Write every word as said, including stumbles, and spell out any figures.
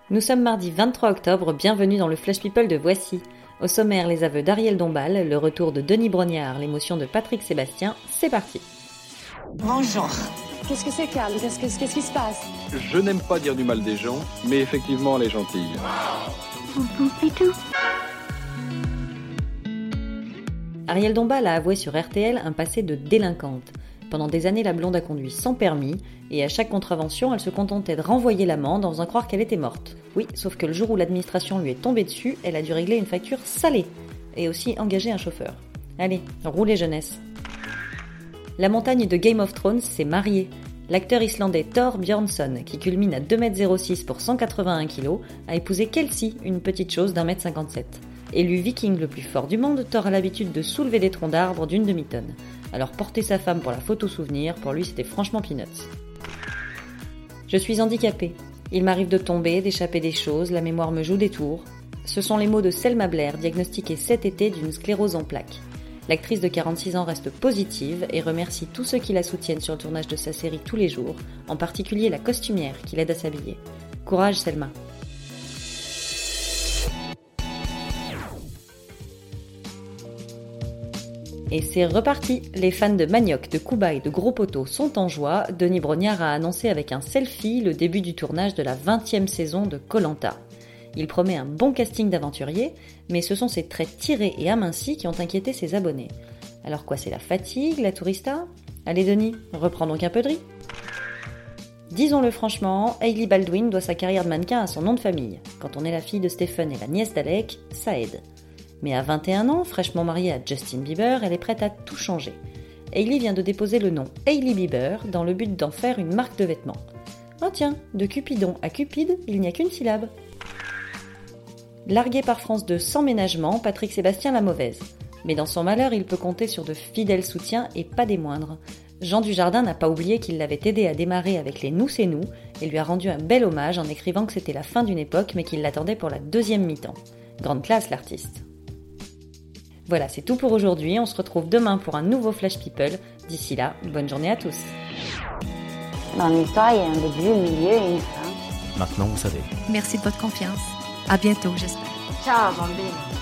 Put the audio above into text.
Nous sommes mardi vingt-trois octobre, bienvenue dans le Flash People de Voici. Au sommaire, les aveux d'Ariel Dombal, le retour de Denis Brognard, l'émotion de Patrick Sébastien, c'est parti. Bonjour. Qu'est-ce que c'est, Carl ? Qu'est-ce, que, qu'est-ce qui se passe ? Je n'aime pas dire du mal des gens, mais effectivement, elle est gentille. Ariel Dombal a avoué sur R T L un passé de délinquante. Pendant des années, la blonde a conduit sans permis, et à chaque contravention, elle se contentait de renvoyer l'amende en faisant croire qu'elle était morte. Oui, sauf que le jour où l'administration lui est tombée dessus, elle a dû régler une facture salée, et aussi engager un chauffeur. Allez, roulez jeunesse. La montagne de Game of Thrones s'est mariée. L'acteur islandais Thor Bjornsson, qui culmine à deux mètres zéro six pour cent quatre-vingt-un kilos, a épousé Kelsey, une petite chose d'un mètre cinquante-sept. Élu viking le plus fort du monde, Thor a l'habitude de soulever des troncs d'arbres d'une demi-tonne. Alors porter sa femme pour la photo souvenir, pour lui c'était franchement peanuts. Je suis handicapée. Il m'arrive de tomber, d'échapper des choses, la mémoire me joue des tours. Ce sont les mots de Selma Blair, diagnostiquée cet été d'une sclérose en plaques. L'actrice de quarante-six ans reste positive et remercie tous ceux qui la soutiennent sur le tournage de sa série tous les jours, en particulier la costumière qui l'aide à s'habiller. Courage Selma. Et c'est reparti. Les fans de Manioc, de Kuba et de Gros Poteau sont en joie. Denis Brognard a annoncé avec un selfie le début du tournage de la vingtième saison de Koh-Lanta. Il promet un bon casting d'aventuriers, mais ce sont ses traits tirés et amincis qui ont inquiété ses abonnés. Alors quoi, c'est la fatigue, la tourista ? Allez Denis, reprends donc un peu de riz. Disons-le franchement, Hailey Baldwin doit sa carrière de mannequin à son nom de famille. Quand on est la fille de Stephen et la nièce d'Alec, ça aide. Mais à vingt et un ans, fraîchement mariée à Justin Bieber, elle est prête à tout changer. Hailey vient de déposer le nom Hailey Bieber dans le but d'en faire une marque de vêtements. Oh tiens, de Cupidon à Cupide, il n'y a qu'une syllabe. Largué par France deux sans ménagement, Patrick Sébastien la mauvaise. Mais dans son malheur, il peut compter sur de fidèles soutiens et pas des moindres. Jean Dujardin n'a pas oublié qu'il l'avait aidé à démarrer avec les Nous c'est nous et lui a rendu un bel hommage en écrivant que c'était la fin d'une époque mais qu'il l'attendait pour la deuxième mi-temps. Grande classe l'artiste. Voilà, c'est tout pour aujourd'hui. On se retrouve demain pour un nouveau Flash People. D'ici là, bonne journée à tous. Dans l'histoire, il y a un début, un milieu et une fin. Maintenant, vous savez. Merci de votre confiance. À bientôt, j'espère. Ciao, bambine.